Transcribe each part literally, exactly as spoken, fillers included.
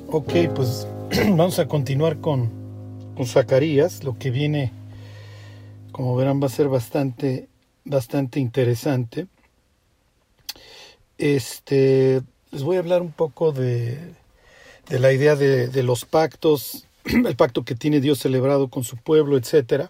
Ok, pues vamos a continuar con, con Zacarías. Lo que viene, como verán, va a ser bastante, bastante interesante. Este, les voy a hablar un poco de, de la idea de, de los pactos, el pacto que tiene Dios celebrado con su pueblo, etcétera.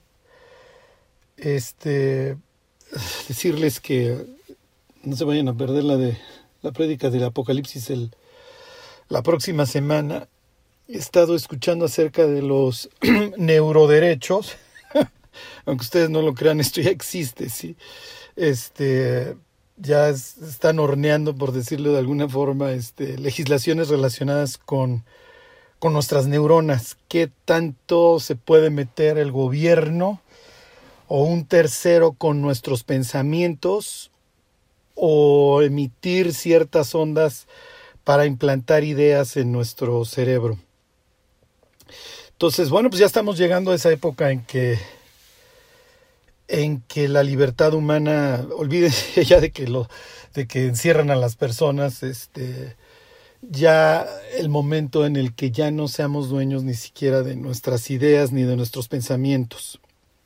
Este, decirles que no se vayan a perder la de la prédica del Apocalipsis el, la próxima semana. He estado escuchando acerca de los neuroderechos, aunque ustedes no lo crean, esto ya existe, sí. Este, ya es, están horneando, por decirlo de alguna forma, este, legislaciones relacionadas con, con nuestras neuronas. ¿Qué tanto se puede meter el gobierno o un tercero con nuestros pensamientos o emitir ciertas ondas para implantar ideas en nuestro cerebro? Entonces, bueno, pues ya estamos llegando a esa época en que en que la libertad humana, olvídense ya de que lo de que encierran a las personas, este ya el momento en el que ya no seamos dueños ni siquiera de nuestras ideas ni de nuestros pensamientos.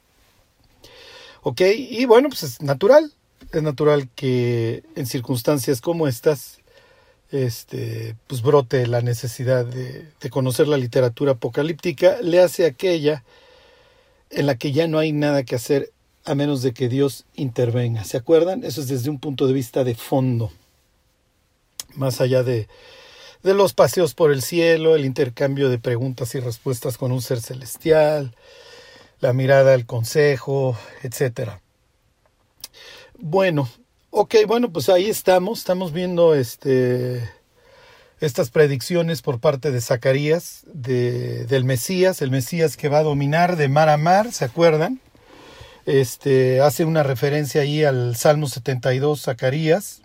¿Ok? Y bueno, pues es natural, es natural que en circunstancias como estas Este, pues brote la necesidad de, de conocer la literatura apocalíptica, le hace aquella en la que ya no hay nada que hacer a menos de que Dios intervenga. ¿Se acuerdan? Eso es desde un punto de vista de fondo, más allá de, de los paseos por el cielo, el intercambio de preguntas y respuestas con un ser celestial, la mirada al consejo, etcétera. Bueno, ok, bueno, pues ahí estamos, estamos viendo este, estas predicciones por parte de Zacarías, de, del Mesías, el Mesías que va a dominar de mar a mar, ¿se acuerdan? Este, hace una referencia ahí al Salmo setenta y dos, Zacarías,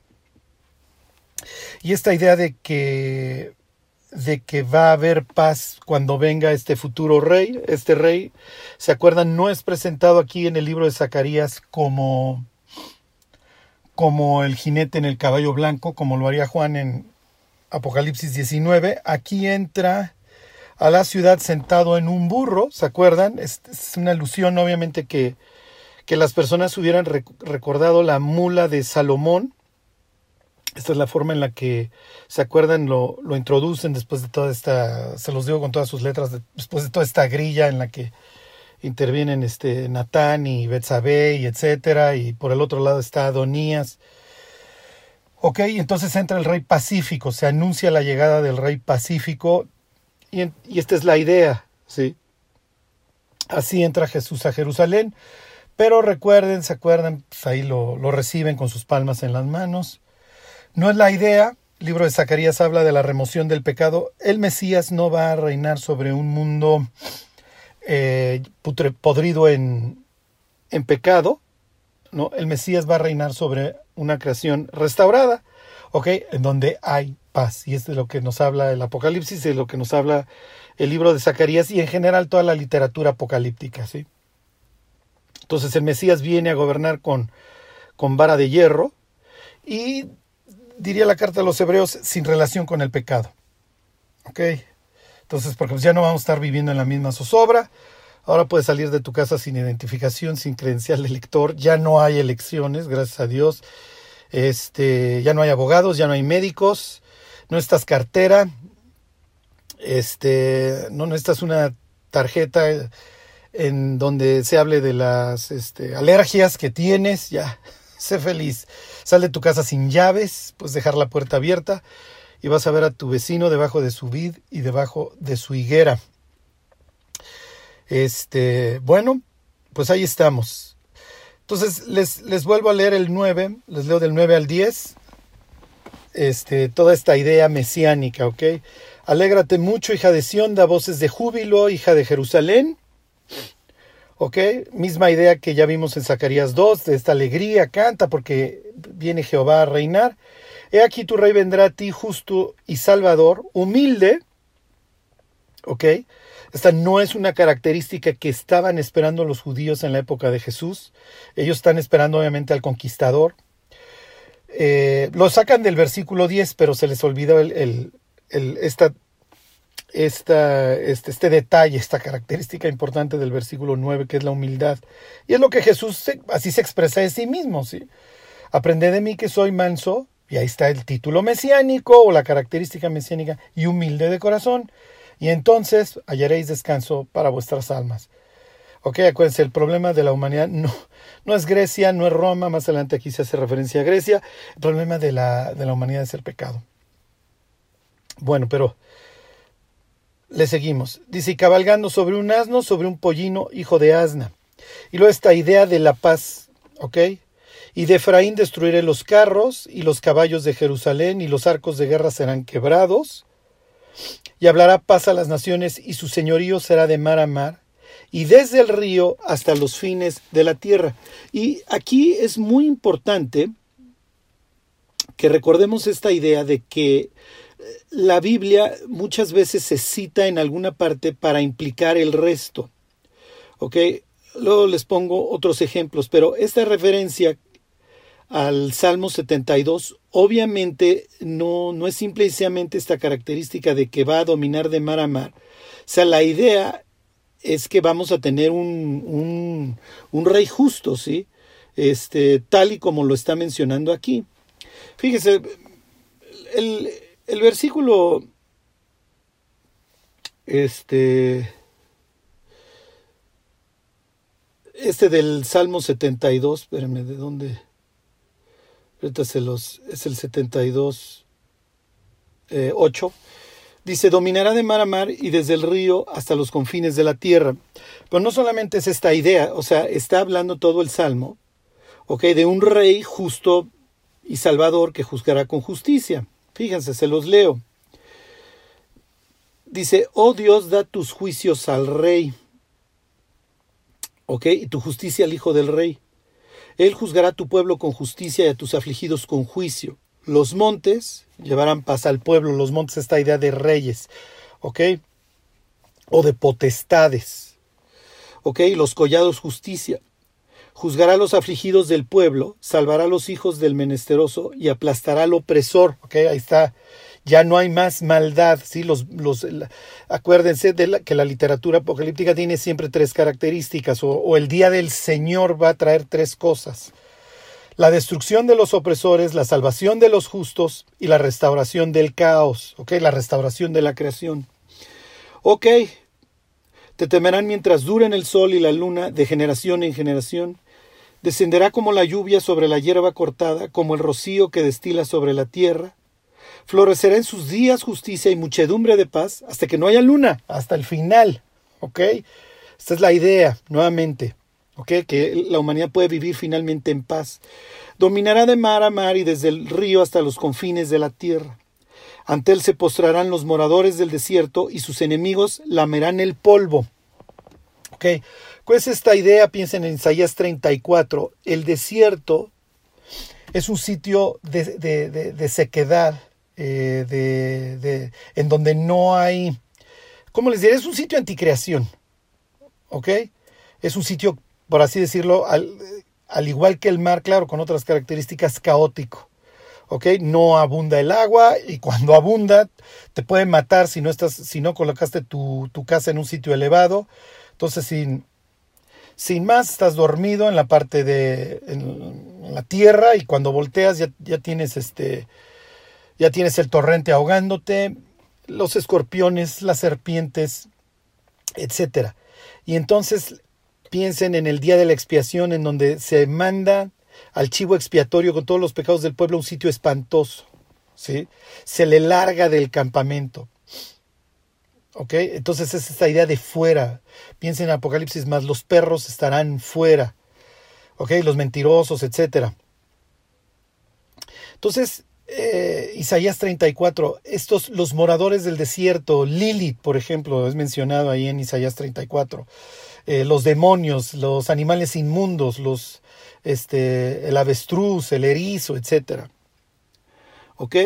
y esta idea de que, de que va a haber paz cuando venga este futuro rey. Este rey, ¿se acuerdan? No es presentado aquí en el libro de Zacarías como... como el jinete en el caballo blanco, como lo haría Juan en Apocalipsis diecinueve. Aquí entra a la ciudad sentado en un burro, ¿se acuerdan? Es, es una alusión, obviamente, que, que las personas hubieran rec- recordado la mula de Salomón. Esta es la forma en la que, ¿se acuerdan? Lo, lo introducen después de toda esta, se los digo con todas sus letras, de, después de toda esta grilla en la que intervienen este Natán y Betsabé y etcétera, y por el otro lado está Adonías. Ok, entonces entra el rey pacífico, se anuncia la llegada del rey pacífico, y, en, y esta es la idea, ¿sí? Así entra Jesús a Jerusalén, pero recuerden, ¿se acuerdan? Pues ahí lo, lo reciben con sus palmas en las manos. No es la idea. El libro de Zacarías habla de la remoción del pecado. El Mesías no va a reinar sobre un mundo Eh, putre, podrido en, en pecado, ¿no? El Mesías va a reinar sobre una creación restaurada, ¿ok? En donde hay paz. Y es de lo que nos habla el Apocalipsis, de lo que nos habla el libro de Zacarías y en general toda la literatura apocalíptica, ¿sí? Entonces el Mesías viene a gobernar con, con vara de hierro y, diría la carta a los hebreos, sin relación con el pecado, ¿ok? Entonces, porque ya no vamos a estar viviendo en la misma zozobra. Ahora puedes salir de tu casa sin identificación, sin credencial de lector. Ya no hay elecciones, gracias a Dios. Este, ya no hay abogados, ya no hay médicos. No necesitas cartera. Este, no necesitas una tarjeta en donde se hable de las este, alergias que tienes. Ya, sé feliz. Sal de tu casa sin llaves, puedes dejar la puerta abierta. Y vas a ver a tu vecino debajo de su vid y debajo de su higuera. Este, bueno, pues ahí estamos. Entonces, les, les vuelvo a leer el nueve, les leo del nueve al diez. Este, toda esta idea mesiánica, ¿ok? Alégrate mucho, hija de Sión, da voces de júbilo, hija de Jerusalén. ¿Ok? Misma idea que ya vimos en Zacarías dos, de esta alegría, canta porque viene Jehová a reinar. He aquí tu rey vendrá a ti justo y salvador, humilde, ¿ok? Esta no es una característica que estaban esperando los judíos en la época de Jesús. Ellos están esperando obviamente al conquistador. Eh, lo sacan del versículo diez, pero se les olvidó el, el, el, esta esta, este, este detalle, esta característica importante del versículo nueve, que es la humildad. Y es lo que Jesús se, así se expresa de sí mismo, ¿sí? Aprended de mí que soy manso, y ahí está el título mesiánico o la característica mesiánica, y humilde de corazón, y entonces hallaréis descanso para vuestras almas. Ok, acuérdense, el problema de la humanidad no, no es Grecia, no es Roma, más adelante aquí se hace referencia a Grecia, el problema de la, de la humanidad es el pecado. Bueno, pero le seguimos. Dice, y cabalgando sobre un asno, sobre un pollino, hijo de asna. Y luego esta idea de la paz, ¿ok? Y de Efraín destruiré los carros y los caballos de Jerusalén, y los arcos de guerra serán quebrados. Y hablará paz a las naciones, y su señorío será de mar a mar, y desde el río hasta los fines de la tierra. Y aquí es muy importante que recordemos esta idea de que la Biblia muchas veces se cita en alguna parte para implicar el resto. ¿Ok? Luego les pongo otros ejemplos, pero esta referencia al Salmo setenta y dos obviamente no, no es simplemente esta característica de que va a dominar de mar a mar. O sea, la idea es que vamos a tener un, un, un rey justo, ¿sí? Este, tal y como lo está mencionando aquí. Fíjese, el, el versículo este, este del Salmo setenta y dos, espérenme, ¿de dónde? Ahorita se los, es el setenta y dos, eh, ocho. Dice, dominará de mar a mar y desde el río hasta los confines de la tierra. Pero no solamente es esta idea, o sea, está hablando todo el Salmo, ¿ok? De un rey justo y salvador que juzgará con justicia. Fíjense, se los leo. Dice, oh Dios, da tus juicios al rey, ¿ok? Y tu justicia al hijo del rey. Él juzgará a tu pueblo con justicia y a tus afligidos con juicio. Los montes llevarán paz al pueblo. Los montes, esta idea de reyes, ¿ok? O de potestades, ¿ok? Los collados, justicia. Juzgará a los afligidos del pueblo, salvará a los hijos del menesteroso y aplastará al opresor, ¿ok? Ahí está. Ya no hay más maldad, ¿sí? Los, los, la, acuérdense de la, que la literatura apocalíptica tiene siempre tres características, o, o el día del Señor va a traer tres cosas. La destrucción de los opresores, la salvación de los justos y la restauración del caos, ¿ok? La restauración de la creación. Ok, te temerán mientras duren el sol y la luna, de generación en generación. Descenderá como la lluvia sobre la hierba cortada, como el rocío que destila sobre la tierra. Florecerá en sus días justicia y muchedumbre de paz, hasta que no haya luna, hasta el final, ¿ok? Esta es la idea, nuevamente, ¿ok? Que la humanidad puede vivir finalmente en paz. Dominará de mar a mar y desde el río hasta los confines de la tierra. Ante él se postrarán los moradores del desierto y sus enemigos lamerán el polvo. ¿Ok? ¿Cuál es esta idea? Piensen en Isaías treinta y cuatro. El desierto es un sitio de, de, de, de sequedad, eh, de, de, en donde no hay, ¿cómo les diré? Es un sitio anticreación. ¿Ok? Es un sitio, por así decirlo, al, al igual que el mar, claro, con otras características, caótico. ¿Ok? No abunda el agua y cuando abunda te puede matar si no estás, si no colocaste tu, tu casa en un sitio elevado. Entonces, sin, sin más, estás dormido en la parte de en, en la tierra y cuando volteas ya, ya tienes este, ya tienes el torrente ahogándote, los escorpiones, las serpientes, etcétera. Y entonces piensen en el día de la expiación, en donde se manda al chivo expiatorio con todos los pecados del pueblo a un sitio espantoso, ¿sí? Se le larga del campamento. ¿Ok? Entonces es esta idea de fuera. Piensen en Apocalipsis más, los perros estarán fuera. ¿Ok? Los mentirosos, etcétera. Entonces, eh, Isaías treinta y cuatro, estos, los moradores del desierto, Lilith, por ejemplo, es mencionado ahí en Isaías treinta y cuatro. Eh, los demonios, los animales inmundos, los, este, el avestruz, el erizo, etcétera. ¿Ok?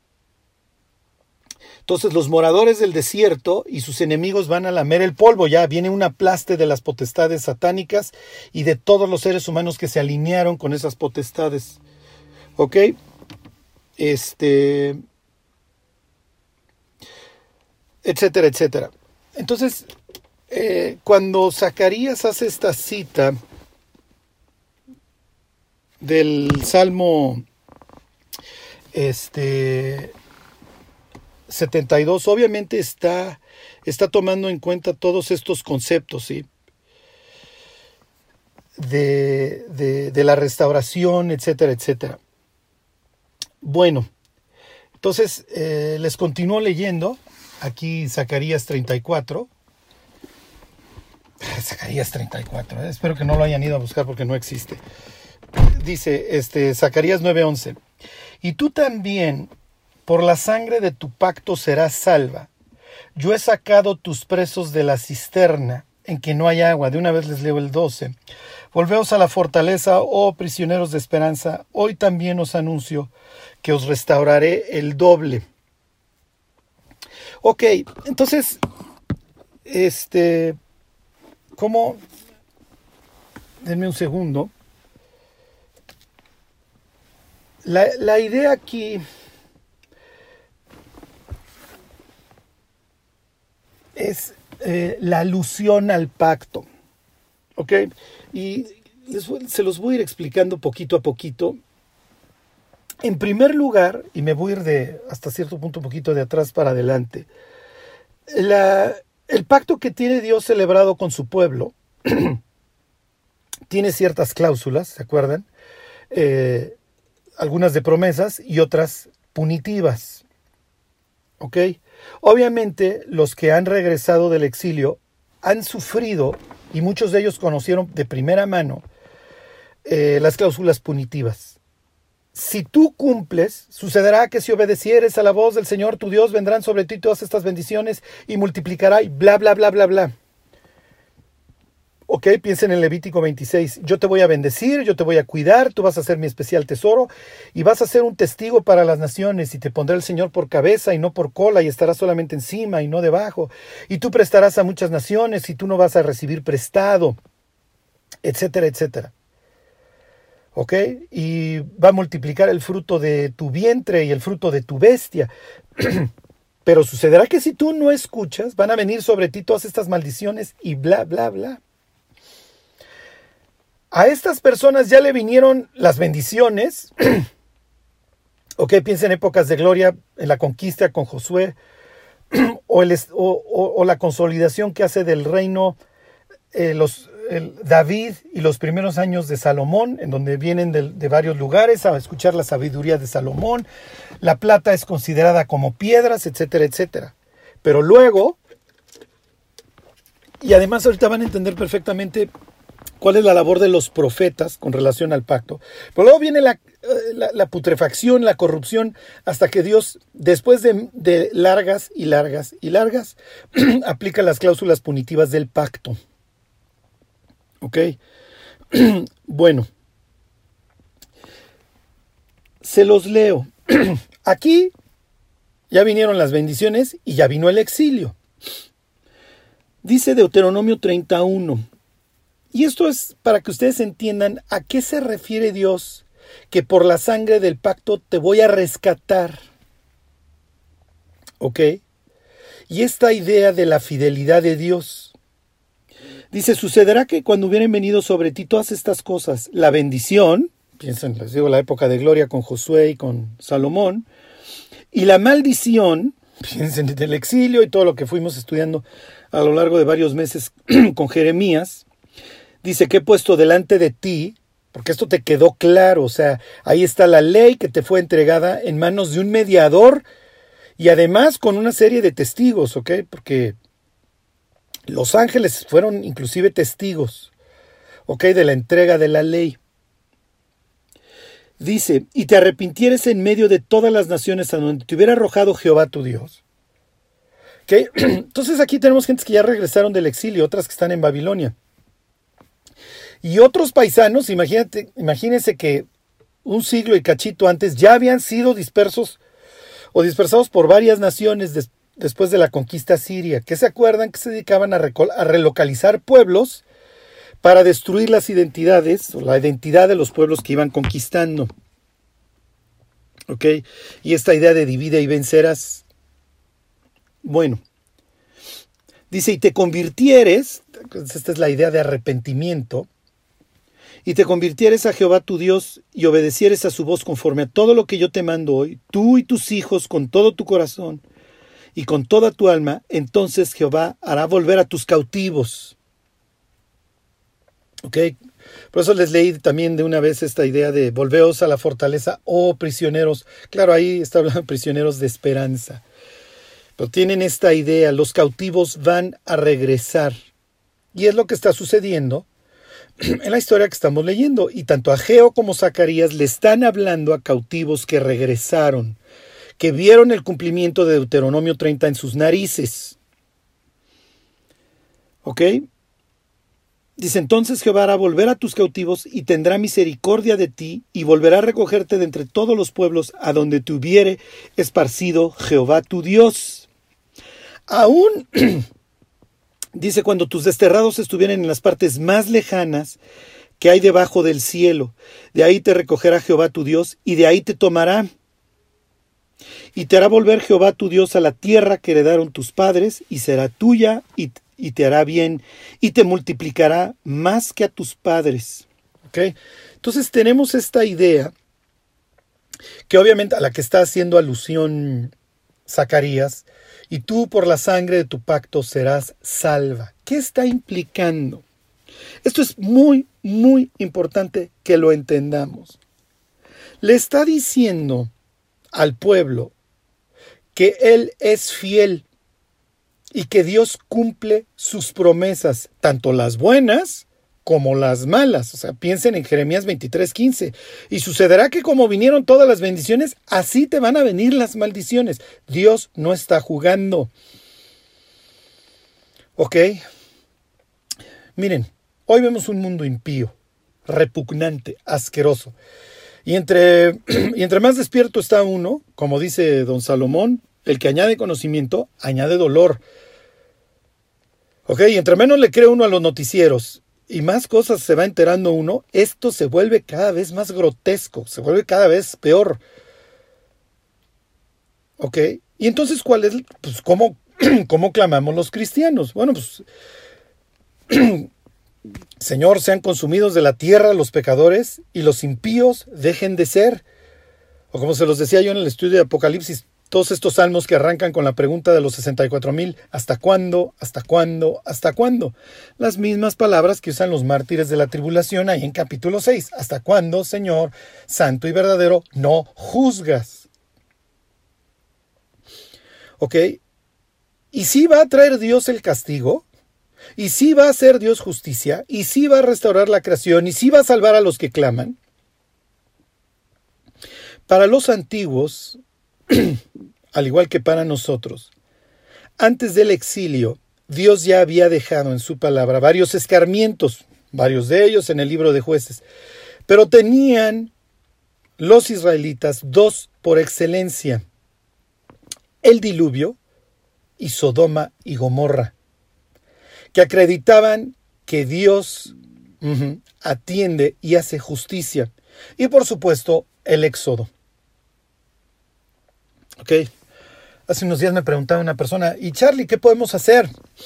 Entonces los moradores del desierto y sus enemigos van a lamer el polvo. Ya viene un aplaste de las potestades satánicas y de todos los seres humanos que se alinearon con esas potestades. ¿Ok? Este... etcétera, etcétera. Entonces, eh, cuando Zacarías hace esta cita del Salmo este, setenta y dos, obviamente está, está tomando en cuenta todos estos conceptos, ¿sí? De, de, de la restauración, etcétera, etcétera. Bueno, entonces eh, les continúo leyendo. Aquí Zacarías treinta y cuatro. Zacarías treinta y cuatro, ¿eh? Espero que no lo hayan ido a buscar porque no existe. Dice este, Zacarías nueve once. Y tú también, por la sangre de tu pacto serás salva. Yo he sacado tus presos de la cisterna en que no hay agua. De una vez les leo el doce. Volveos a la fortaleza, oh prisioneros de esperanza. Hoy también os anuncio que os restauraré el doble. Ok, entonces, este, ¿cómo? Denme un segundo. La, la idea aquí es eh, la alusión al pacto, ¿ok? Y les voy, se los voy a ir explicando poquito a poquito. En primer lugar, y me voy a ir de hasta cierto punto un poquito de atrás para adelante, la, el pacto que tiene Dios celebrado con su pueblo tiene ciertas cláusulas, ¿se acuerdan? Eh, algunas de promesas y otras punitivas, ¿ok? Obviamente los que han regresado del exilio han sufrido, y muchos de ellos conocieron de primera mano, eh, las cláusulas punitivas. Si tú cumples, sucederá que si obedecieres a la voz del Señor tu Dios, vendrán sobre ti todas estas bendiciones y multiplicará y bla, bla, bla, bla, bla. Ok, piensen en Levítico veintiséis. Yo te voy a bendecir, yo te voy a cuidar, tú vas a ser mi especial tesoro y vas a ser un testigo para las naciones y te pondrá el Señor por cabeza y no por cola y estarás solamente encima y no debajo. Y tú prestarás a muchas naciones y tú no vas a recibir prestado, etcétera, etcétera. ¿Ok? Y va a multiplicar el fruto de tu vientre y el fruto de tu bestia. Pero sucederá que si tú no escuchas, van a venir sobre ti todas estas maldiciones y bla, bla, bla. A estas personas ya le vinieron las bendiciones. Ok, piensa en épocas de gloria, en la conquista con Josué, o, el, o, o, o la consolidación que hace del reino eh, los... El David y los primeros años de Salomón, en donde vienen de, de varios lugares a escuchar la sabiduría de Salomón. La plata es considerada como piedras, etcétera, etcétera. Pero luego, y además ahorita van a entender perfectamente cuál es la labor de los profetas con relación al pacto. Pero luego viene la, la, la putrefacción, la corrupción, hasta que Dios, después de, de largas y largas y largas, aplica las cláusulas punitivas del pacto. ¿Ok? Bueno. Se los leo. Aquí ya vinieron las bendiciones y ya vino el exilio. Dice Deuteronomio treinta y uno. Y esto es para que ustedes entiendan a qué se refiere Dios, que por la sangre del pacto te voy a rescatar. ¿Ok? Y esta idea de la fidelidad de Dios. Dice, sucederá que cuando hubieran venido sobre ti todas estas cosas, la bendición, piensen, les digo, la época de gloria con Josué y con Salomón, y la maldición, piensen en el exilio y todo lo que fuimos estudiando a lo largo de varios meses con Jeremías, dice que he puesto delante de ti, porque esto te quedó claro, o sea, ahí está la ley que te fue entregada en manos de un mediador y además con una serie de testigos, ¿ok? Porque los ángeles fueron inclusive testigos, ¿ok? De la entrega de la ley. Dice, y te arrepintieres en medio de todas las naciones a donde te hubiera arrojado Jehová tu Dios. ¿Ok? Entonces aquí tenemos gentes que ya regresaron del exilio, otras que están en Babilonia. Y otros paisanos, imagínate, imagínense que un siglo y cachito antes ya habían sido dispersos o dispersados por varias naciones después. Después de la conquista siria, que se acuerdan que se dedicaban a, a relocalizar pueblos para destruir las identidades o la identidad de los pueblos que iban conquistando. ¿Ok? Y esta idea de divide y vencerás. Bueno, Dice, y te convirtieres, esta es la idea de arrepentimiento, y te convirtieres a Jehová tu Dios y obedecieres a su voz conforme a todo lo que yo te mando hoy, tú y tus hijos con todo tu corazón y con toda tu alma, entonces Jehová hará volver a tus cautivos. ¿Ok? Por eso les leí también de una vez esta idea de volveos a la fortaleza, oh prisioneros. Claro, ahí está hablando de prisioneros de esperanza. Pero tienen esta idea, los cautivos van a regresar. Y es lo que está sucediendo en la historia que estamos leyendo. Y tanto Ageo como Zacarías le están hablando a cautivos que regresaron, que vieron el cumplimiento de Deuteronomio treinta en sus narices. ¿Ok? Dice, entonces Jehová hará volver a tus cautivos y tendrá misericordia de ti y volverá a recogerte de entre todos los pueblos a donde te hubiere esparcido Jehová tu Dios. Aún, dice, cuando tus desterrados estuvieran en las partes más lejanas que hay debajo del cielo, de ahí te recogerá Jehová tu Dios y de ahí te tomará. Y te hará volver Jehová tu Dios a la tierra que heredaron tus padres y será tuya y, y te hará bien y te multiplicará más que a tus padres. ¿Okay? Entonces tenemos esta idea que obviamente a la que está haciendo alusión Zacarías, y tú por la sangre de tu pacto serás salva. ¿Qué está implicando? Esto es muy, muy importante que lo entendamos. Le está diciendo al pueblo que Él es fiel y que Dios cumple sus promesas, tanto las buenas como las malas. O sea, piensen en Jeremías veintitrés quince. Y sucederá que como vinieron todas las bendiciones, así te van a venir las maldiciones. Dios no está jugando. ¿Ok? Miren, hoy vemos un mundo impío, repugnante, asqueroso. Y entre, y entre más despierto está uno, como dice don Salomón, el que añade conocimiento, añade dolor. ¿Ok? Y entre menos le cree uno a los noticieros y más cosas se va enterando uno, esto se vuelve cada vez más grotesco, se vuelve cada vez peor. ¿Ok? Y entonces, ¿cuál es? Pues, ¿cómo, cómo clamamos los cristianos? Bueno, pues, Señor, sean consumidos de la tierra los pecadores y los impíos dejen de ser. O como se los decía yo en el estudio de Apocalipsis, todos estos salmos que arrancan con la pregunta de los sesenta y cuatro mil, ¿hasta cuándo? ¿Hasta cuándo? ¿Hasta cuándo? Las mismas palabras que usan los mártires de la tribulación ahí en capítulo seis. ¿Hasta cuándo, Señor, santo y verdadero, no juzgas? ¿Ok? ¿Y si va a traer Dios el castigo? ¿Y si va a hacer Dios justicia? ¿Y si va a restaurar la creación? ¿Y si va a salvar a los que claman? Para los antiguos, al igual que para nosotros, antes del exilio, Dios ya había dejado en su palabra varios escarmientos, varios de ellos en el libro de Jueces, pero tenían los israelitas dos por excelencia, el diluvio y Sodoma y Gomorra, que acreditaban que Dios uh-huh, atiende y hace justicia, y por supuesto el éxodo. Ok, hace unos días me preguntaba una persona, ¿y Charlie, qué podemos hacer?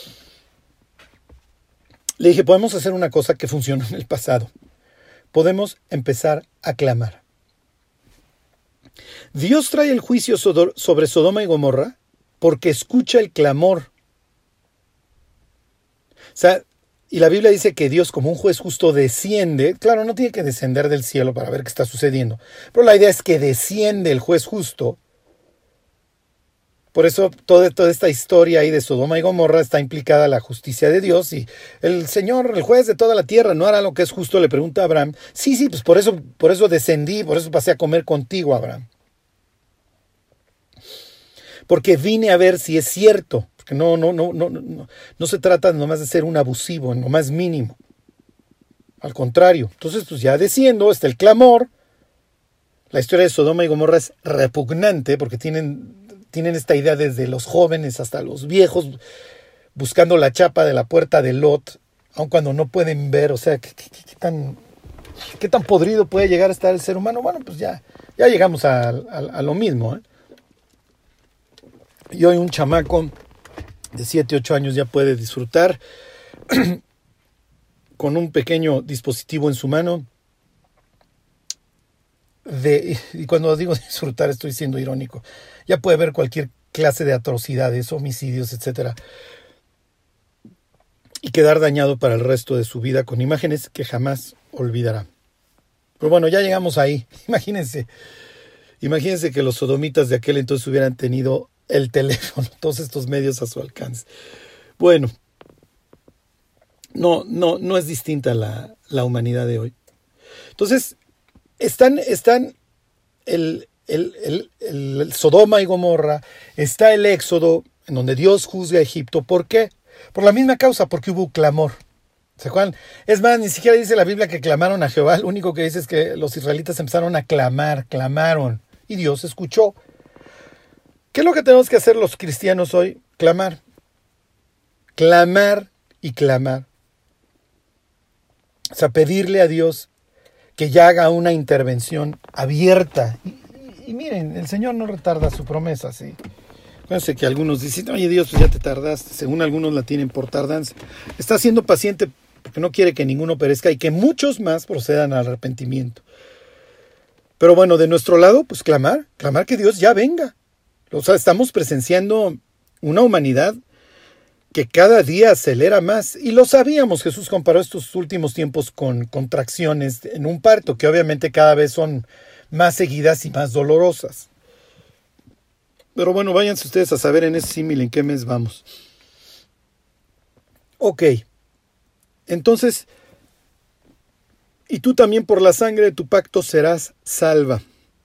Le dije, podemos hacer una cosa que funcionó en el pasado. Podemos empezar a clamar. Dios trae el juicio sobre Sodoma y Gomorra porque escucha el clamor. O sea, y la Biblia dice que Dios como un juez justo desciende. Claro, no tiene que descender del cielo para ver qué está sucediendo. Pero la idea es que desciende el juez justo. Por eso toda, toda esta historia ahí de Sodoma y Gomorra está implicada la justicia de Dios. Y el Señor, el juez de toda la tierra, ¿no hará lo que es justo? Le pregunta a Abraham. Sí, sí, pues por eso, por eso descendí, por eso pasé a comer contigo, Abraham. Porque vine a ver si es cierto. Porque no, no, no, no, no, no se trata nomás de ser un abusivo, en lo más mínimo. Al contrario. Entonces, pues ya desciendo, está el clamor. La historia de Sodoma y Gomorra es repugnante porque tienen... Tienen esta idea desde los jóvenes hasta los viejos, buscando la chapa de la puerta de Lot, aun cuando no pueden ver. O sea, ¿qué, qué, qué, tan, qué tan podrido puede llegar a estar el ser humano? Bueno, pues ya, ya llegamos a, a, a lo mismo. ¿eh? Y hoy un chamaco de siete, ocho años ya puede disfrutar con un pequeño dispositivo en su mano. De, y cuando digo disfrutar estoy siendo irónico. Ya puede ver cualquier clase de atrocidades, homicidios, etcétera, y quedar dañado para el resto de su vida con imágenes que jamás olvidará. Pero bueno, ya llegamos ahí. Imagínense, imagínense que los sodomitas de aquel entonces hubieran tenido el teléfono, todos estos medios a su alcance. Bueno, no, no, no es distinta la, la humanidad de hoy. Entonces, están, están el, el, el, el, el Sodoma y Gomorra, está el Éxodo, en donde Dios juzga a Egipto. ¿Por qué? Por la misma causa, porque hubo clamor. ¿Se acuerdan? Es más, ni siquiera dice la Biblia que clamaron a Jehová. Lo único que dice es que los israelitas empezaron a clamar, clamaron, y Dios escuchó. ¿Qué es lo que tenemos que hacer los cristianos hoy? Clamar. Clamar y clamar. O sea, pedirle a Dios que ya haga una intervención abierta. Y, y, y miren, el Señor no retarda su promesa, ¿sí? Fíjense que algunos dicen, oye Dios, pues ya te tardaste. Según algunos la tienen por tardanza. Está siendo paciente porque no quiere que ninguno perezca y que muchos más procedan al arrepentimiento. Pero bueno, de nuestro lado, pues clamar, clamar que Dios ya venga. O sea, estamos presenciando una humanidad que cada día acelera más. Y lo sabíamos, Jesús comparó estos últimos tiempos con contracciones en un parto, que obviamente cada vez son más seguidas y más dolorosas. Pero bueno, váyanse ustedes a saber en ese símil en qué mes vamos. Ok. Entonces, y tú también por la sangre de tu pacto serás salva.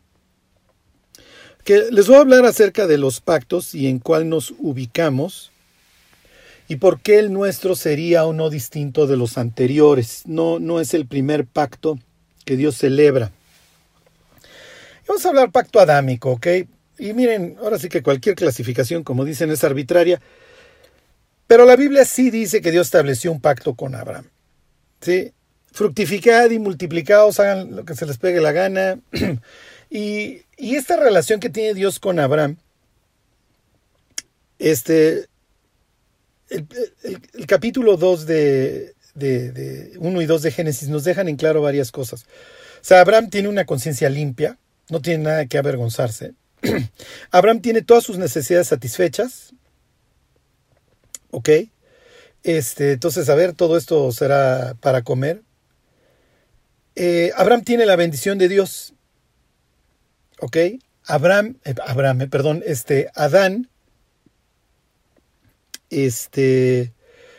Que les voy a hablar acerca de los pactos y en cuál nos ubicamos y por qué el nuestro sería o no distinto de los anteriores. No, no es el primer pacto que Dios celebra. Y vamos a hablar pacto adámico, ¿ok? Y miren, ahora sí que cualquier clasificación, como dicen, es arbitraria. Pero la Biblia sí dice que Dios estableció un pacto con Abraham. ¿Sí? Fructificad y multiplicaos, hagan lo que se les pegue la gana. y, y esta relación que tiene Dios con Abraham, este, el, el, el capítulo dos de, de, de uno y dos de Génesis nos dejan en claro varias cosas. O sea, Abraham tiene una conciencia limpia, no tiene nada que avergonzarse. Abraham tiene todas sus necesidades satisfechas. Ok. Este, entonces, a ver, todo esto será para comer. Eh, Abraham tiene la bendición de Dios. Ok. Abraham, eh, Abraham, eh, perdón, este, Adán, este,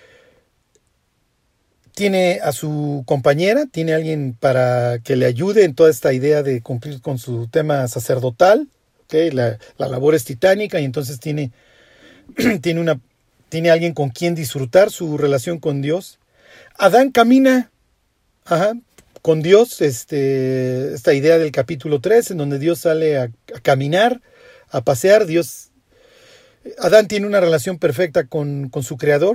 tiene a su compañera, tiene a alguien para que le ayude en toda esta idea de cumplir con su tema sacerdotal. Okay, la, la labor es titánica y entonces tiene, tiene, una, tiene alguien con quien disfrutar su relación con Dios. Adán camina ajá, con Dios, este, esta idea del capítulo tres, en donde Dios sale a, a caminar, a pasear. Dios, Adán tiene una relación perfecta con, con su Creador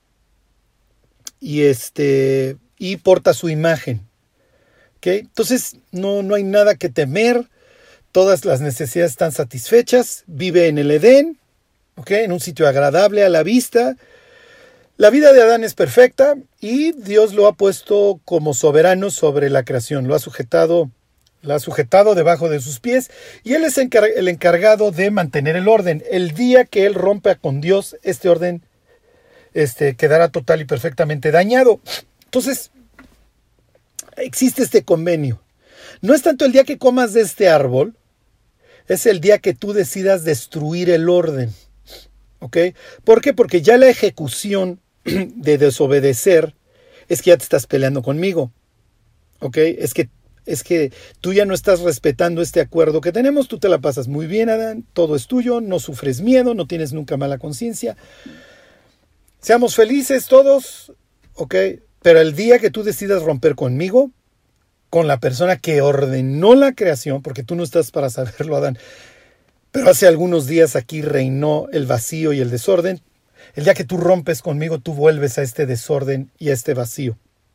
y, este, y porta su imagen. Okay, entonces no, no hay nada que temer. Todas las necesidades están satisfechas, vive en el Edén, ¿okay? En un sitio agradable a la vista. La vida de Adán es perfecta y Dios lo ha puesto como soberano sobre la creación, lo ha sujetado, lo ha sujetado debajo de sus pies y Él es el encargado de mantener el orden. El día que Él rompa con Dios, este orden este, quedará total y perfectamente dañado. Entonces, existe este convenio. No es tanto el día que comas de este árbol, es el día que tú decidas destruir el orden. ¿Ok? ¿Por qué? Porque ya la ejecución de desobedecer es que ya te estás peleando conmigo. ¿Ok? Es que, es que tú ya no estás respetando este acuerdo que tenemos. Tú te la pasas muy bien, Adán. Todo es tuyo. No sufres miedo. No tienes nunca mala conciencia. Seamos felices todos. ¿Ok? Pero el día que tú decidas romper conmigo, con la persona que ordenó la creación, porque tú no estás para saberlo, Adán, pero hace algunos días aquí reinó el vacío y el desorden. El día que tú rompes conmigo, tú vuelves a este desorden y a este vacío.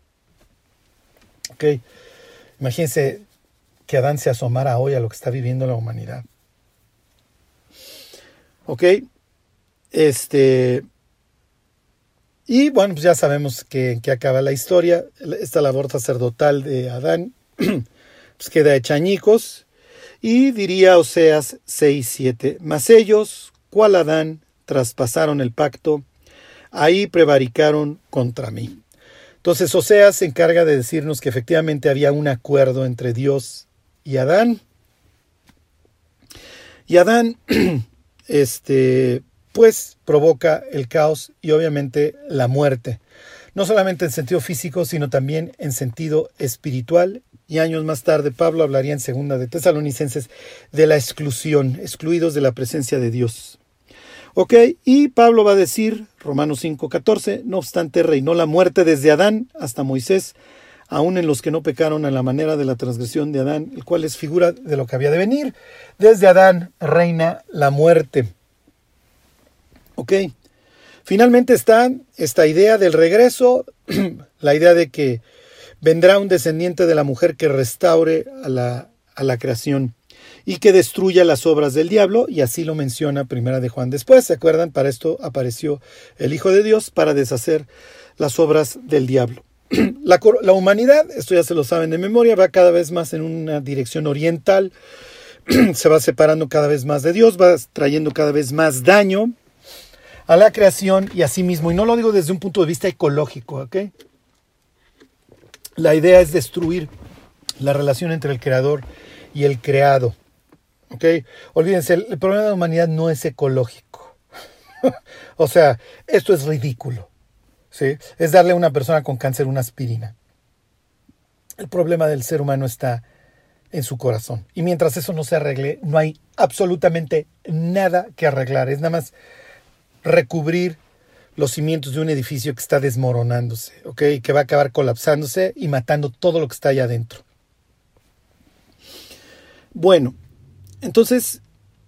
Ok, imagínense que Adán se asomara hoy a lo que está viviendo la humanidad. Ok, este, Y bueno, pues ya sabemos que, en qué acaba la historia. Esta labor sacerdotal de Adán pues queda hecha añicos. Y diría Oseas seis siete, mas ellos, cual Adán, traspasaron el pacto, ahí prevaricaron contra mí. Entonces Oseas se encarga de decirnos que efectivamente había un acuerdo entre Dios y Adán. Y Adán, este, pues provoca el caos y obviamente la muerte. No solamente en sentido físico, sino también en sentido espiritual. Y años más tarde Pablo hablaría en segunda de Tesalonicenses de la exclusión, excluidos de la presencia de Dios. Ok, y Pablo va a decir, Romanos cinco catorce, no obstante reinó la muerte desde Adán hasta Moisés, aun en los que no pecaron a la manera de la transgresión de Adán, el cual es figura de lo que había de venir. Desde Adán reina la muerte. Ok, finalmente está esta idea del regreso, la idea de que vendrá un descendiente de la mujer que restaure a la, a la creación y que destruya las obras del diablo, y así lo menciona Primera de Juan después. ¿Se acuerdan? Para esto apareció el Hijo de Dios, para deshacer las obras del diablo. La, la humanidad, esto ya se lo saben de memoria, va cada vez más en una dirección oriental, se va separando cada vez más de Dios, va trayendo cada vez más daño a la creación y a sí mismo. Y no lo digo desde un punto de vista ecológico, ¿ok? La idea es destruir la relación entre el creador y el creado. ¿Ok? Olvídense, el, el problema de la humanidad no es ecológico. O sea, esto es ridículo. ¿Sí? Es darle a una persona con cáncer una aspirina. El problema del ser humano está en su corazón. Y mientras eso no se arregle, no hay absolutamente nada que arreglar. Es nada más recubrir los cimientos de un edificio que está desmoronándose, ¿ok? Que va a acabar colapsándose y matando todo lo que está allá adentro. Bueno, entonces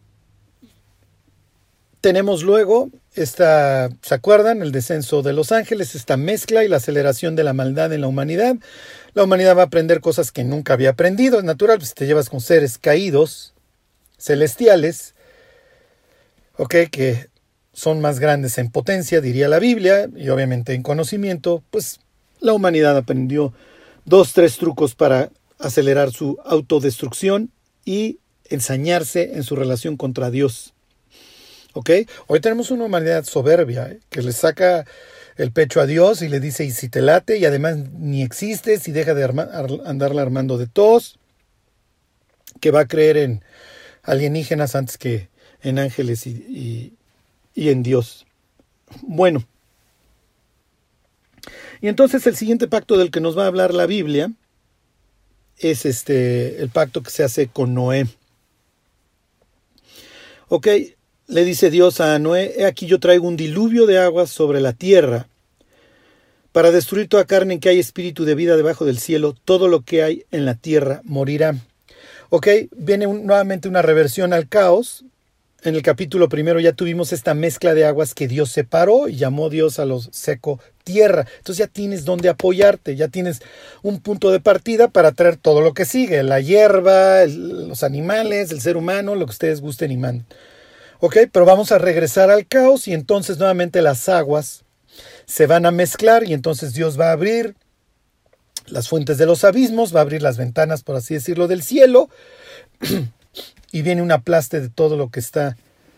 tenemos luego esta, ¿se acuerdan? El descenso de los ángeles, esta mezcla y la aceleración de la maldad en la humanidad. La humanidad va a aprender cosas que nunca había aprendido. Es natural, pues te llevas con seres caídos, celestiales, ¿ok? Que son más grandes en potencia, diría la Biblia, y obviamente en conocimiento. Pues la humanidad aprendió dos, tres trucos para acelerar su autodestrucción y ensañarse en su relación contra Dios. ¿Ok? Hoy tenemos una humanidad soberbia, ¿eh? Que le saca el pecho a Dios y le dice, y si te late, y además ni existes, y deja de arma, andarla armando de tos, que va a creer en alienígenas antes que en ángeles y, y, y en Dios. Bueno, y entonces el siguiente pacto del que nos va a hablar la Biblia es este, el pacto que se hace con Noé. Ok, le dice Dios a Noé, he aquí yo traigo un diluvio de aguas sobre la tierra para destruir toda carne en que hay espíritu de vida debajo del cielo, todo lo que hay en la tierra morirá. Ok, viene un, nuevamente una reversión al caos. En el capítulo primero ya tuvimos esta mezcla de aguas que Dios separó y llamó Dios a lo seco tierra. Entonces ya tienes donde apoyarte, ya tienes un punto de partida para traer todo lo que sigue, la hierba, el, los animales, el ser humano, lo que ustedes gusten y manden. Ok, pero vamos a regresar al caos y entonces nuevamente las aguas se van a mezclar y entonces Dios va a abrir las fuentes de los abismos, va a abrir las ventanas, por así decirlo, del cielo y viene un aplaste de todo lo que está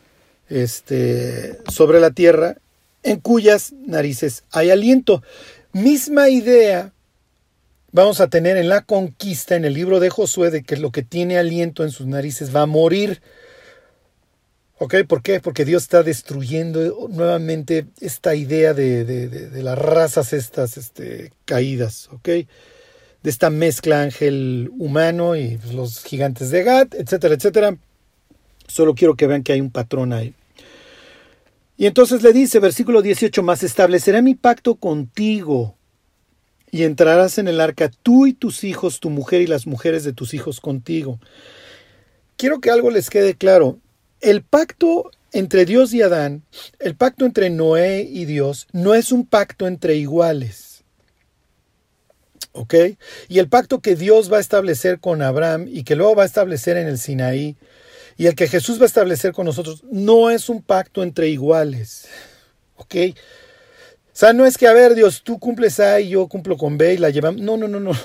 este, sobre la tierra, en cuyas narices hay aliento. Misma idea vamos a tener en la conquista, en el libro de Josué, de que lo que tiene aliento en sus narices va a morir. ¿Ok? ¿Por qué? Porque Dios está destruyendo nuevamente esta idea de, de, de, de las razas estas este, caídas, ¿ok? De esta mezcla ángel humano y pues, los gigantes de Gad, etcétera, etcétera. Solo quiero que vean que hay un patrón ahí. Y entonces le dice, versículo dieciocho, mas estableceré mi pacto contigo y entrarás en el arca tú y tus hijos, tu mujer y las mujeres de tus hijos contigo. Quiero que algo les quede claro. El pacto entre Dios y Adán, el pacto entre Noé y Dios, no es un pacto entre iguales. ¿Ok? Y el pacto que Dios va a establecer con Abraham y que luego va a establecer en el Sinaí y el que Jesús va a establecer con nosotros, no es un pacto entre iguales. ¿Ok? sea, no es que, a ver, Dios, tú cumples A y yo cumplo con B y la llevamos. No, no, no, no.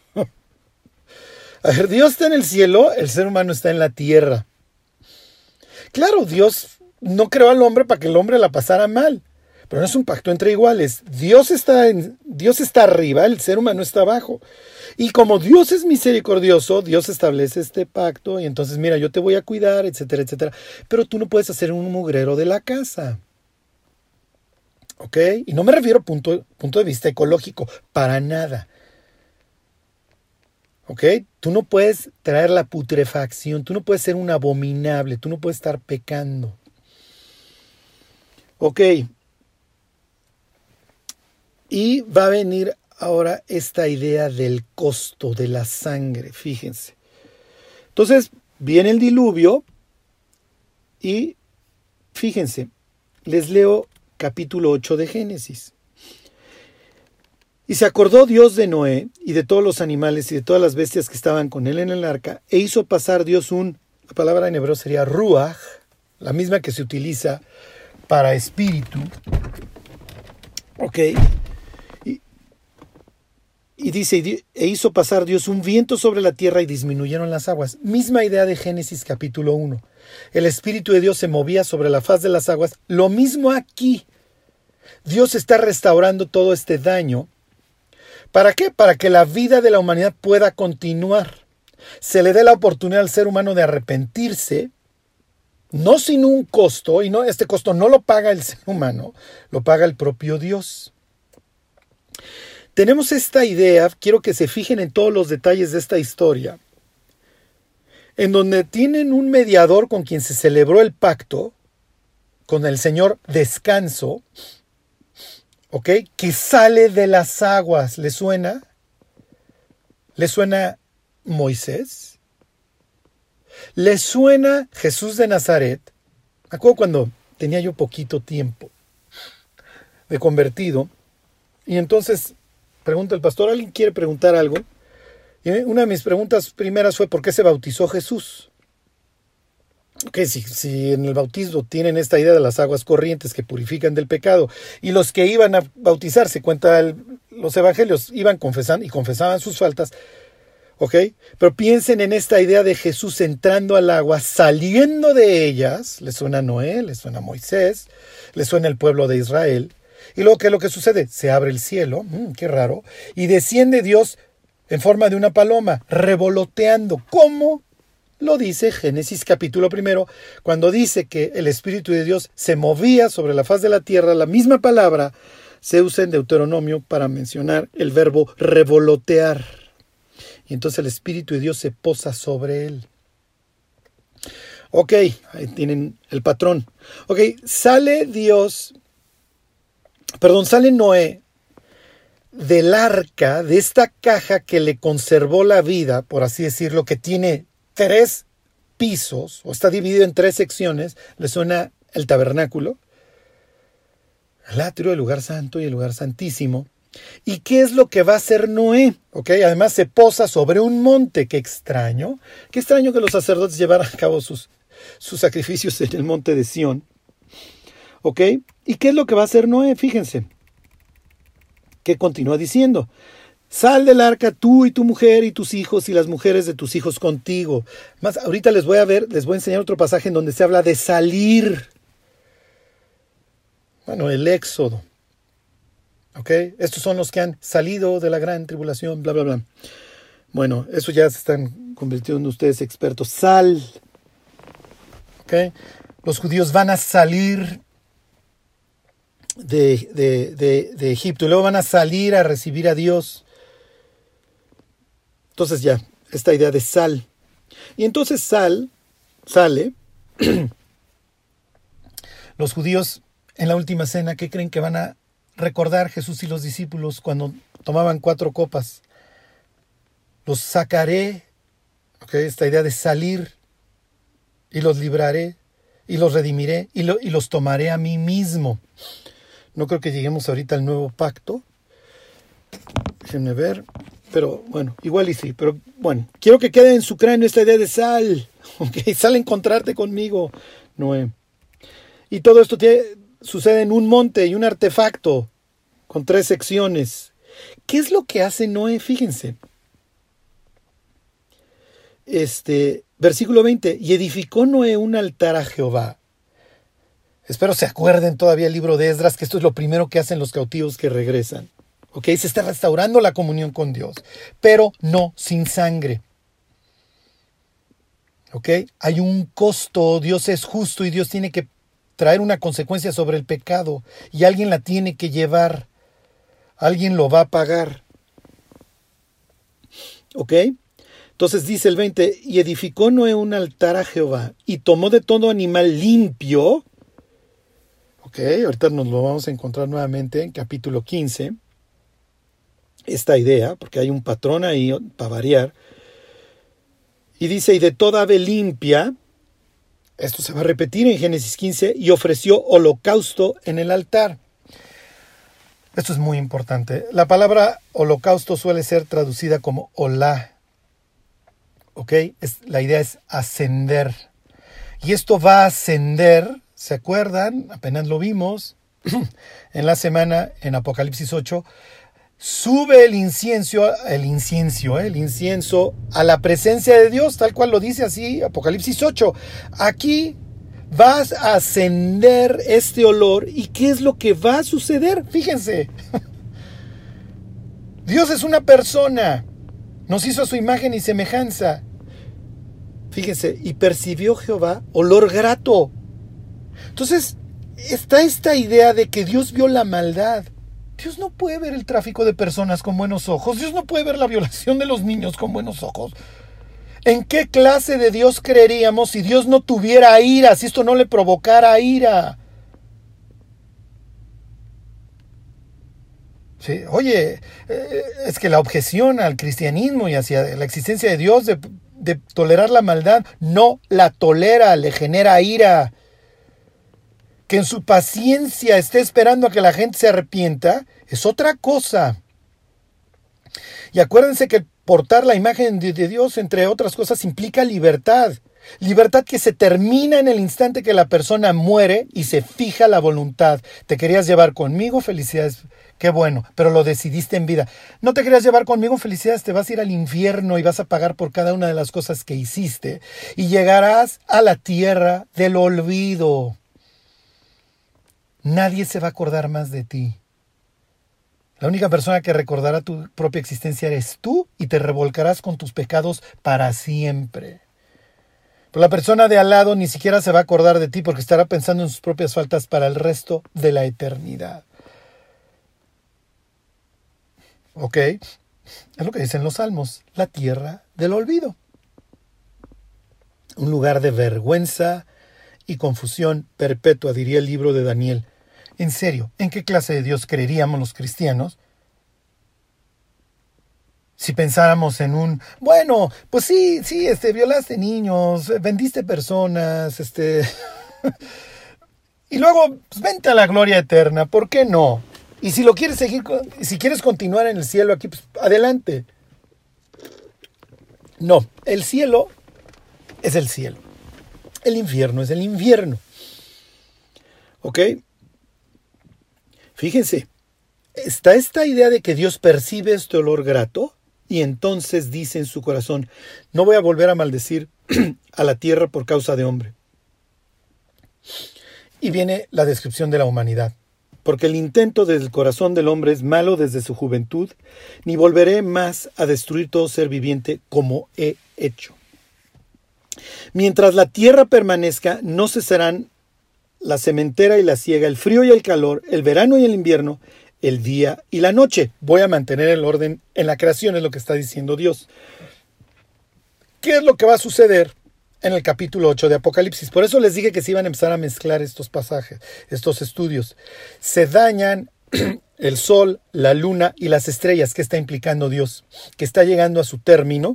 A ver, Dios está en el cielo, el ser humano está en la tierra. Claro, Dios no creó al hombre para que el hombre la pasara mal, pero no es un pacto entre iguales. Dios está, en, Dios está arriba, el ser humano está abajo. Y como Dios es misericordioso, Dios establece este pacto y entonces, mira, yo te voy a cuidar, etcétera, etcétera. Pero tú no puedes hacer un mugrero de la casa. ¿Ok? Y no me refiero a punto, punto de vista ecológico, para nada. ¿Ok? Tú no puedes traer la putrefacción, tú no puedes ser un abominable, tú no puedes estar pecando. Ok. Y va a venir ahora esta idea del costo de la sangre, fíjense. Entonces, viene el diluvio y fíjense, les leo capítulo ocho de Génesis. Y se acordó Dios de Noé y de todos los animales y de todas las bestias que estaban con él en el arca, e hizo pasar Dios un, la palabra en hebreo sería ruach, la misma que se utiliza para espíritu. Ok. Y, y dice, e hizo pasar Dios un viento sobre la tierra y disminuyeron las aguas. Misma idea de Génesis capítulo uno. El Espíritu de Dios se movía sobre la faz de las aguas. Lo mismo aquí. Dios está restaurando todo este daño. ¿Para qué? Para que la vida de la humanidad pueda continuar. Se le dé la oportunidad al ser humano de arrepentirse, no sin un costo, y no, este costo no lo paga el ser humano, lo paga el propio Dios. Tenemos esta idea, quiero que se fijen en todos los detalles de esta historia, en donde tienen un mediador con quien se celebró el pacto, con el Señor Descanso, ¿ok? Que sale de las aguas. ¿Le suena? ¿Le suena Moisés? ¿Le suena Jesús de Nazaret? Me acuerdo cuando tenía yo poquito tiempo de convertido. Y entonces pregunta el pastor, ¿alguien quiere preguntar algo? Y una de mis preguntas primeras fue, ¿por qué se bautizó Jesús? Okay, si, si en el bautismo tienen esta idea de las aguas corrientes que purifican del pecado, y los que iban a bautizarse, cuenta el, los evangelios, iban confesando y confesaban sus faltas, ¿ok? Pero piensen en esta idea de Jesús entrando al agua, saliendo de ellas. Le suena a Noé, le suena a Moisés, le suena al pueblo de Israel. Y luego, ¿qué es lo que sucede? Se abre el cielo, mmm, qué raro, y desciende Dios en forma de una paloma, revoloteando. ¿Cómo? Lo dice Génesis capítulo primero, cuando dice que el Espíritu de Dios se movía sobre la faz de la tierra. La misma palabra se usa en Deuteronomio para mencionar el verbo revolotear. Y entonces el Espíritu de Dios se posa sobre él. Ok, ahí tienen el patrón. Ok, sale Dios, perdón, sale Noé del arca, de esta caja que le conservó la vida, por así decirlo, que tiene tres pisos, o está dividido en tres secciones. Le suena el tabernáculo, el atrio, el lugar santo y el lugar santísimo. ¿Y qué es lo que va a hacer Noé? ¿Okay? Además se posa sobre un monte. Qué extraño. Qué extraño que los sacerdotes llevaran a cabo sus, sus sacrificios en el monte de Sión. ¿Ok? ¿Y qué es lo que va a hacer Noé? Fíjense. ¿Qué continúa diciendo? Sal del arca tú y tu mujer y tus hijos y las mujeres de tus hijos contigo. Más, ahorita les voy a ver, les voy a enseñar otro pasaje en donde se habla de salir. Bueno, el Éxodo. ¿Ok? Estos son los que han salido de la gran tribulación, bla, bla, bla. Bueno, eso ya se están convirtiendo ustedes expertos. Sal. ¿Ok? Los judíos van a salir de, de, de, de Egipto y luego van a salir a recibir a Dios. Entonces ya, esta idea de sal. Y entonces sal, sale. Los judíos en la última cena, ¿qué creen que van a recordar Jesús y los discípulos cuando tomaban cuatro copas? Los sacaré, ¿okay? Esta idea de salir, y los libraré, y los redimiré, y, lo, y los tomaré a mí mismo. No creo que lleguemos ahorita al nuevo pacto. Déjenme ver. Pero bueno, igual y sí. Pero bueno, quiero que quede en su cráneo esta idea de sal. ¿Okay? Sal a encontrarte conmigo, Noé. Y todo esto tiene, sucede en un monte y un artefacto. con tres secciones. ¿Qué es lo que hace Noé? Fíjense. Este, versículo veinte. Y edificó Noé un altar a Jehová. Espero se acuerden todavía el libro de Esdras, que esto es lo primero que hacen los cautivos que regresan. ¿Ok? Se está restaurando la comunión con Dios, pero no sin sangre. ¿Ok? Hay un costo, Dios es justo y Dios tiene que traer una consecuencia sobre el pecado y alguien la tiene que llevar. Alguien lo va a pagar. ¿Ok? Entonces dice el veinte, y edificó Noé un altar a Jehová y tomó de todo animal limpio. Ok, ahorita nos lo vamos a encontrar nuevamente en capítulo quince. Esta idea, porque hay un patrón ahí para variar. Y dice, y de toda ave limpia, esto se va a repetir en Génesis quince, y ofreció holocausto en el altar. Esto es muy importante. La palabra holocausto suele ser traducida como olá. ¿Ok? Es, la idea es ascender. Y esto va a ascender, ¿se acuerdan? Apenas lo vimos en la semana en Apocalipsis ocho. Sube el incienso, el incienso, ¿eh? el incienso a la presencia de Dios, tal cual lo dice así Apocalipsis ocho. Aquí vas a ascender este olor. ¿Y qué es lo que va a suceder? Fíjense. Dios es una persona. Nos hizo a su imagen y semejanza. Fíjense, y percibió Jehová olor grato. Entonces, está esta idea de que Dios vio la maldad. Dios no puede ver el tráfico de personas con buenos ojos. Dios no puede ver la violación de los niños con buenos ojos. ¿En qué clase de Dios creeríamos si Dios no tuviera ira, si esto no le provocara ira? Sí, oye, eh, es que la objeción al cristianismo y hacia la existencia de Dios, de, de tolerar la maldad, no la tolera, le genera ira. Que en su paciencia esté esperando a que la gente se arrepienta, es otra cosa. Y acuérdense que portar la imagen de, de Dios, entre otras cosas, implica libertad. Libertad que se termina en el instante que la persona muere y se fija la voluntad. Te querías llevar conmigo, felicidades, qué bueno, pero lo decidiste en vida. No te querías llevar conmigo, felicidades, te vas a ir al infierno y vas a pagar por cada una de las cosas que hiciste. Y llegarás a la tierra del olvido. Nadie se va a acordar más de ti. La única persona que recordará tu propia existencia eres tú y te revolcarás con tus pecados para siempre. Pero la persona de al lado ni siquiera se va a acordar de ti porque estará pensando en sus propias faltas para el resto de la eternidad. ¿Ok? Es lo que dicen los salmos, la tierra del olvido. Un lugar de vergüenza y confusión perpetua, diría el libro de Daniel. En serio, ¿en qué clase de Dios creeríamos los cristianos si pensáramos en un, bueno, pues sí, sí, este, violaste niños, vendiste personas, este, y luego, pues vente a la gloria eterna, ¿por qué no? Y si lo quieres seguir, si quieres continuar en el cielo aquí, pues adelante. No, el cielo es el cielo. El infierno es el infierno. ¿Ok? Fíjense, está esta idea de que Dios percibe este olor grato y entonces dice en su corazón, no voy a volver a maldecir a la tierra por causa de hombre. Y viene la descripción de la humanidad. Porque el intento del corazón del hombre es malo desde su juventud, ni volveré más a destruir todo ser viviente como he hecho. Mientras la tierra permanezca, no cesarán la sementera y la siega, el frío y el calor, el verano y el invierno, el día y la noche. Voy a mantener el orden en la creación, es lo que está diciendo Dios. ¿Qué es lo que va a suceder en el capítulo ocho de Apocalipsis? Por eso les dije que se iban a empezar a mezclar estos pasajes, estos estudios. Se dañan el sol, la luna y las estrellas. ¿Qué está implicando Dios? Que está llegando a su término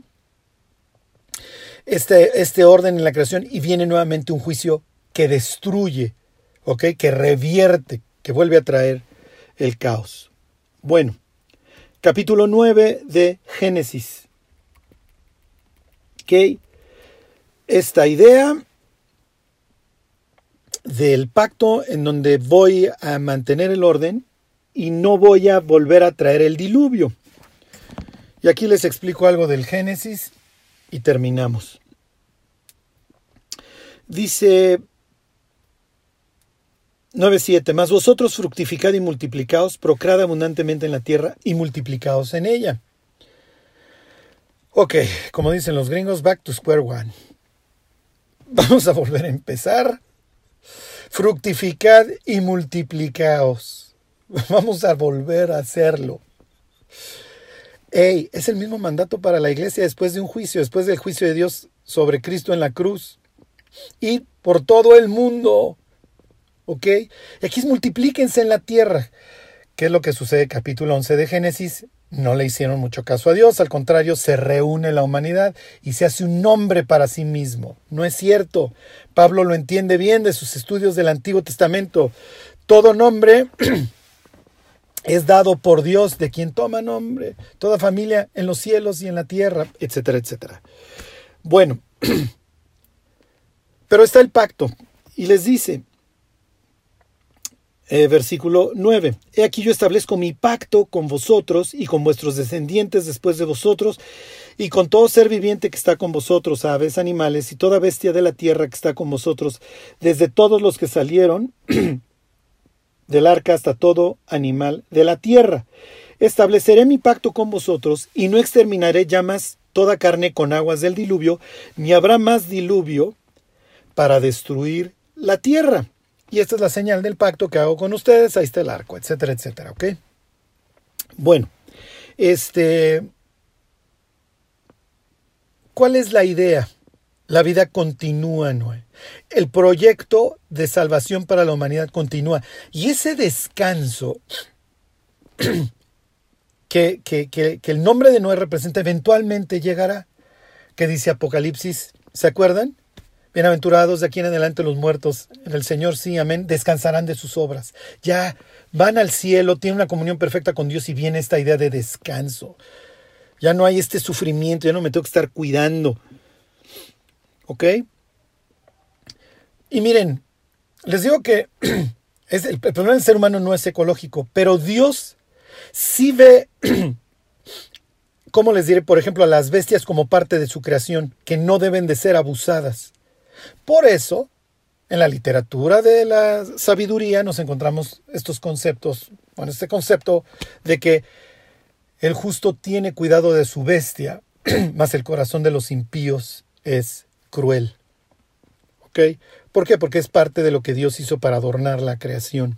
este, este orden en la creación y viene nuevamente un juicio que destruye, ¿ok? Que revierte, que vuelve a traer el caos. Bueno, capítulo nueve de Génesis. ¿Ok? Esta idea del pacto en donde voy a mantener el orden y no voy a volver a traer el diluvio. Y aquí les explico algo del Génesis y terminamos. Dice nueve siete, mas vosotros fructificad y multiplicaos, procread abundantemente en la tierra y multiplicaos en ella. Ok, como dicen los gringos, back to square one. Vamos a volver a empezar. Fructificad y multiplicaos. Vamos a volver a hacerlo. Ey, es el mismo mandato para la iglesia después de un juicio, después del juicio de Dios sobre Cristo en la cruz. Y por todo el mundo. ¿Ok? Y aquí es multiplíquense en la tierra. ¿Qué es lo que sucede? Capítulo once de Génesis. No le hicieron mucho caso a Dios. Al contrario, se reúne la humanidad y se hace un nombre para sí mismo. No es cierto. Pablo lo entiende bien de sus estudios del Antiguo Testamento. Todo nombre es dado por Dios, de quien toma nombre. Toda familia en los cielos y en la tierra, etcétera, etcétera. Bueno, pero está el pacto. Y les dice... Eh, versículo nueve. He aquí yo establezco mi pacto con vosotros y con vuestros descendientes después de vosotros y con todo ser viviente que está con vosotros, aves, animales y toda bestia de la tierra que está con vosotros, desde todos los que salieron del arca hasta todo animal de la tierra. Estableceré mi pacto con vosotros y no exterminaré ya más toda carne con aguas del diluvio, ni habrá más diluvio para destruir la tierra. Y esta es la señal del pacto que hago con ustedes. Ahí está el arco, etcétera, etcétera. ¿Ok? Bueno, este... ¿cuál es la idea? La vida continúa, ¿no? El proyecto de salvación para la humanidad continúa. Y ese descanso que, que, que, que el nombre de Noé representa eventualmente llegará. ¿Qué dice Apocalipsis? ¿Se acuerdan? Bienaventurados de aquí en adelante los muertos en el Señor, sí, amén, descansarán de sus obras. Ya van al cielo, tienen una comunión perfecta con Dios y viene esta idea de descanso. Ya no hay este sufrimiento, ya no me tengo que estar cuidando. ¿Ok? Y miren, les digo que es el, el problema del ser humano no es ecológico, pero Dios sí ve, ¿cómo les diré? Por ejemplo, a las bestias como parte de su creación, que no deben de ser abusadas. Por eso, en la literatura de la sabiduría nos encontramos estos conceptos, bueno, este concepto de que el justo tiene cuidado de su bestia, mas el corazón de los impíos es cruel. ¿Ok? ¿Por qué? Porque es parte de lo que Dios hizo para adornar la creación.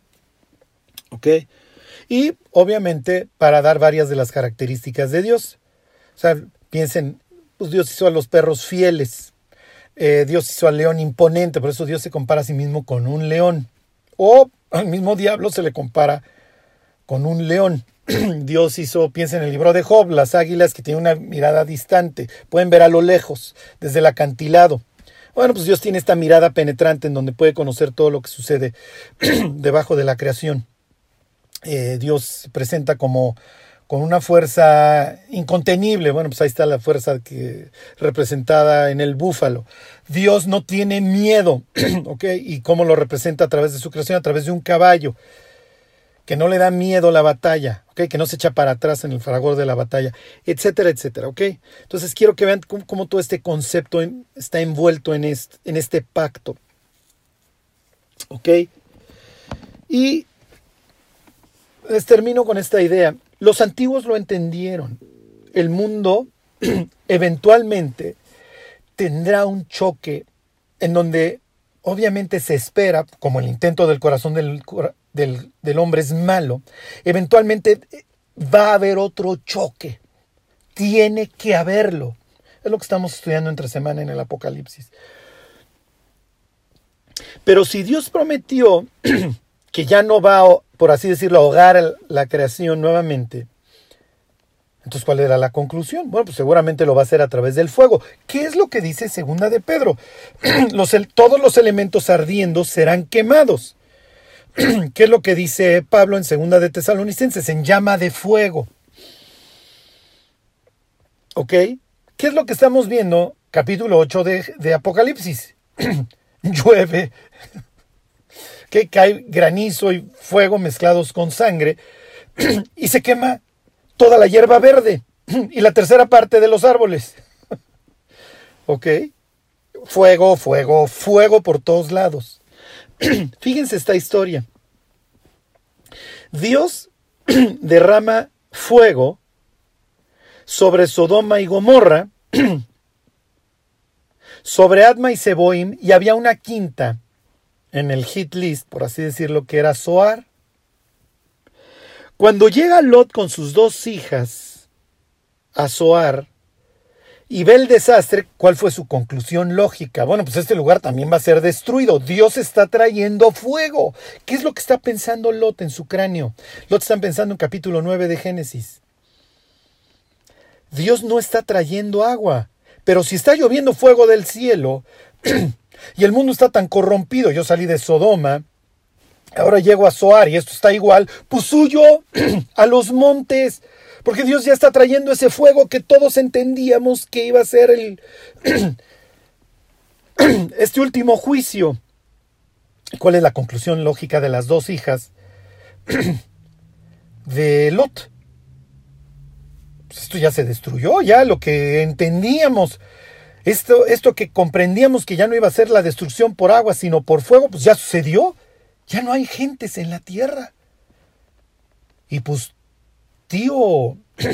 ¿Ok? Y, obviamente, para dar varias de las características de Dios. O sea, piensen, pues Dios hizo a los perros fieles. Eh, Dios hizo al león imponente, por eso Dios se compara a sí mismo con un león. O al mismo diablo se le compara con un león. Dios hizo, piensen en el libro de Job, las águilas que tienen una mirada distante, pueden ver a lo lejos, desde el acantilado. Bueno, pues Dios tiene esta mirada penetrante en donde puede conocer todo lo que sucede debajo de la creación. Eh, Dios se presenta como con una fuerza incontenible. Bueno, pues ahí está la fuerza que, representada en el búfalo. Dios no tiene miedo, ¿ok? ¿Y cómo lo representa a través de su creación? A través de un caballo, que no le da miedo la batalla, ¿ok? Que no se echa para atrás en el fragor de la batalla, etcétera, etcétera, ¿ok? Entonces quiero que vean cómo, cómo todo este concepto en, está envuelto en este, en este pacto, ¿ok? Y les termino con esta idea. Los antiguos lo entendieron. El mundo eventualmente tendrá un choque en donde obviamente se espera, como el intento del corazón del, del, del hombre es malo, eventualmente va a haber otro choque. Tiene que haberlo. Es lo que estamos estudiando entre semana en el Apocalipsis. Pero si Dios prometió que ya no va, por así decirlo, a ahogar la creación nuevamente, entonces, ¿cuál era la conclusión? Bueno, pues seguramente lo va a hacer a través del fuego. ¿Qué es lo que dice Segunda de Pedro? los, todos los elementos ardiendo serán quemados. ¿Qué es lo que dice Pablo en Segunda de Tesalonicenses? En llama de fuego. ¿Ok? ¿Qué es lo que estamos viendo? Capítulo ocho de, de Apocalipsis. Llueve. que cae granizo y fuego mezclados con sangre y se quema toda la hierba verde y la tercera parte de los árboles. ¿Ok? Fuego, fuego, fuego por todos lados. Fíjense esta historia. Dios derrama fuego sobre Sodoma y Gomorra, sobre Adma y Seboim, y había una quinta en el hit list, por así decirlo, que era Zoar. Cuando llega Lot con sus dos hijas a Zoar y ve el desastre, ¿cuál fue su conclusión lógica? Bueno, pues este lugar también va a ser destruido. Dios está trayendo fuego. ¿Qué es lo que está pensando Lot en su cráneo? Lot está pensando en capítulo nueve de Génesis. Dios no está trayendo agua, pero si está lloviendo fuego del cielo y el mundo está tan corrompido, yo salí de Sodoma, ahora llego a Zoar y esto está igual, pues huyo a los montes, porque Dios ya está trayendo ese fuego que todos entendíamos que iba a ser el este último juicio. ¿Cuál es la conclusión lógica de las dos hijas de Lot? Pues esto ya se destruyó, ya lo que entendíamos, esto, esto que comprendíamos que ya no iba a ser la destrucción por agua, sino por fuego, pues ya sucedió. Ya no hay gentes en la tierra. Y pues, tío,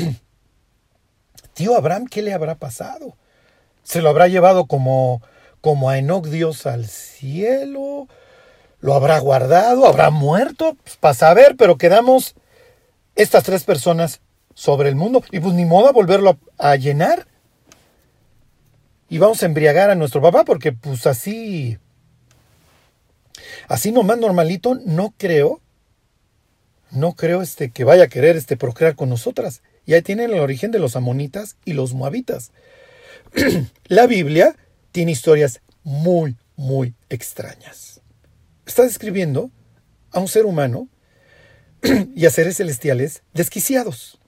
tío Abraham, ¿qué le habrá pasado? ¿Se lo habrá llevado como, como a Enoc Dios al cielo? ¿Lo habrá guardado? ¿Habrá muerto? Pues para saber, pero quedamos estas tres personas sobre el mundo. Y pues ni modo a volverlo a, a llenar. Y vamos a embriagar a nuestro papá porque pues así... Así nomás normalito, no creo, no creo este, que vaya a querer este, procrear con nosotras. Y ahí tienen el origen de los amonitas y los moabitas. La Biblia tiene historias muy, muy extrañas. Está describiendo a un ser humano y a seres celestiales desquiciados.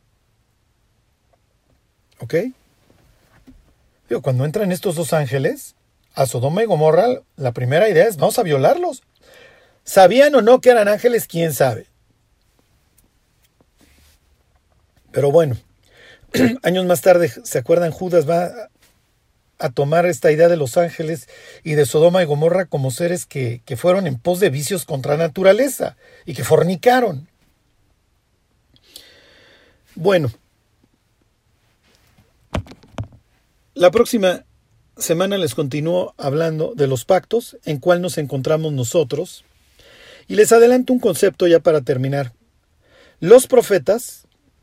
¿Ok? Digo, cuando entran estos dos ángeles a Sodoma y Gomorra, la primera idea es, vamos a violarlos. ¿Sabían o no que eran ángeles? ¿Quién sabe? Pero bueno, años más tarde, ¿se acuerdan? Judas va a tomar esta idea de los ángeles y de Sodoma y Gomorra como seres que, que fueron en pos de vicios contra naturaleza y que fornicaron. Bueno, la próxima semana les continúo hablando de los pactos, en cuál nos encontramos nosotros, y les adelanto un concepto ya para terminar. Los profetas,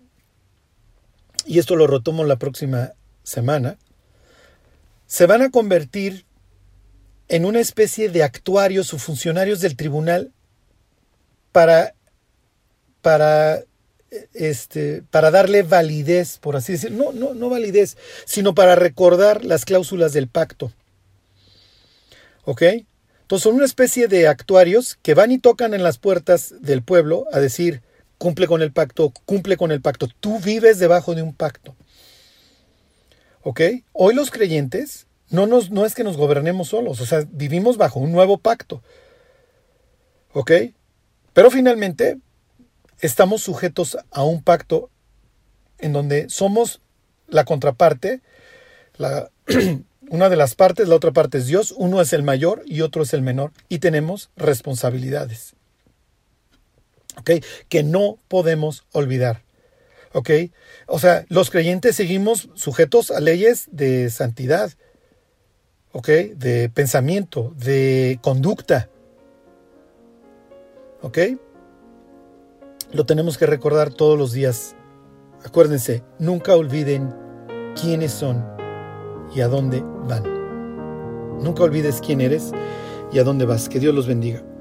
y esto lo retomo la próxima semana, se van a convertir en una especie de actuarios o funcionarios del tribunal para, para, este, para darle validez, por así decir, no, no, no validez, sino para recordar las cláusulas del pacto. ¿Ok? Entonces son una especie de actuarios que van y tocan en las puertas del pueblo a decir, cumple con el pacto, cumple con el pacto, tú vives debajo de un pacto. ¿Ok? Hoy los creyentes no, nos, no es que nos gobernemos solos, o sea, vivimos bajo un nuevo pacto. ¿Ok? Pero finalmente estamos sujetos a un pacto en donde somos la contraparte, la, una de las partes, la otra parte es Dios, uno es el mayor y otro es el menor, y tenemos responsabilidades, ¿ok? Que no podemos olvidar, ¿ok? O sea, los creyentes seguimos sujetos a leyes de santidad, ¿ok? De pensamiento, de conducta, ¿ok? Lo tenemos que recordar todos los días. Acuérdense, nunca olviden quiénes son y a dónde van. Nunca olvides quién eres y a dónde vas. Que Dios los bendiga.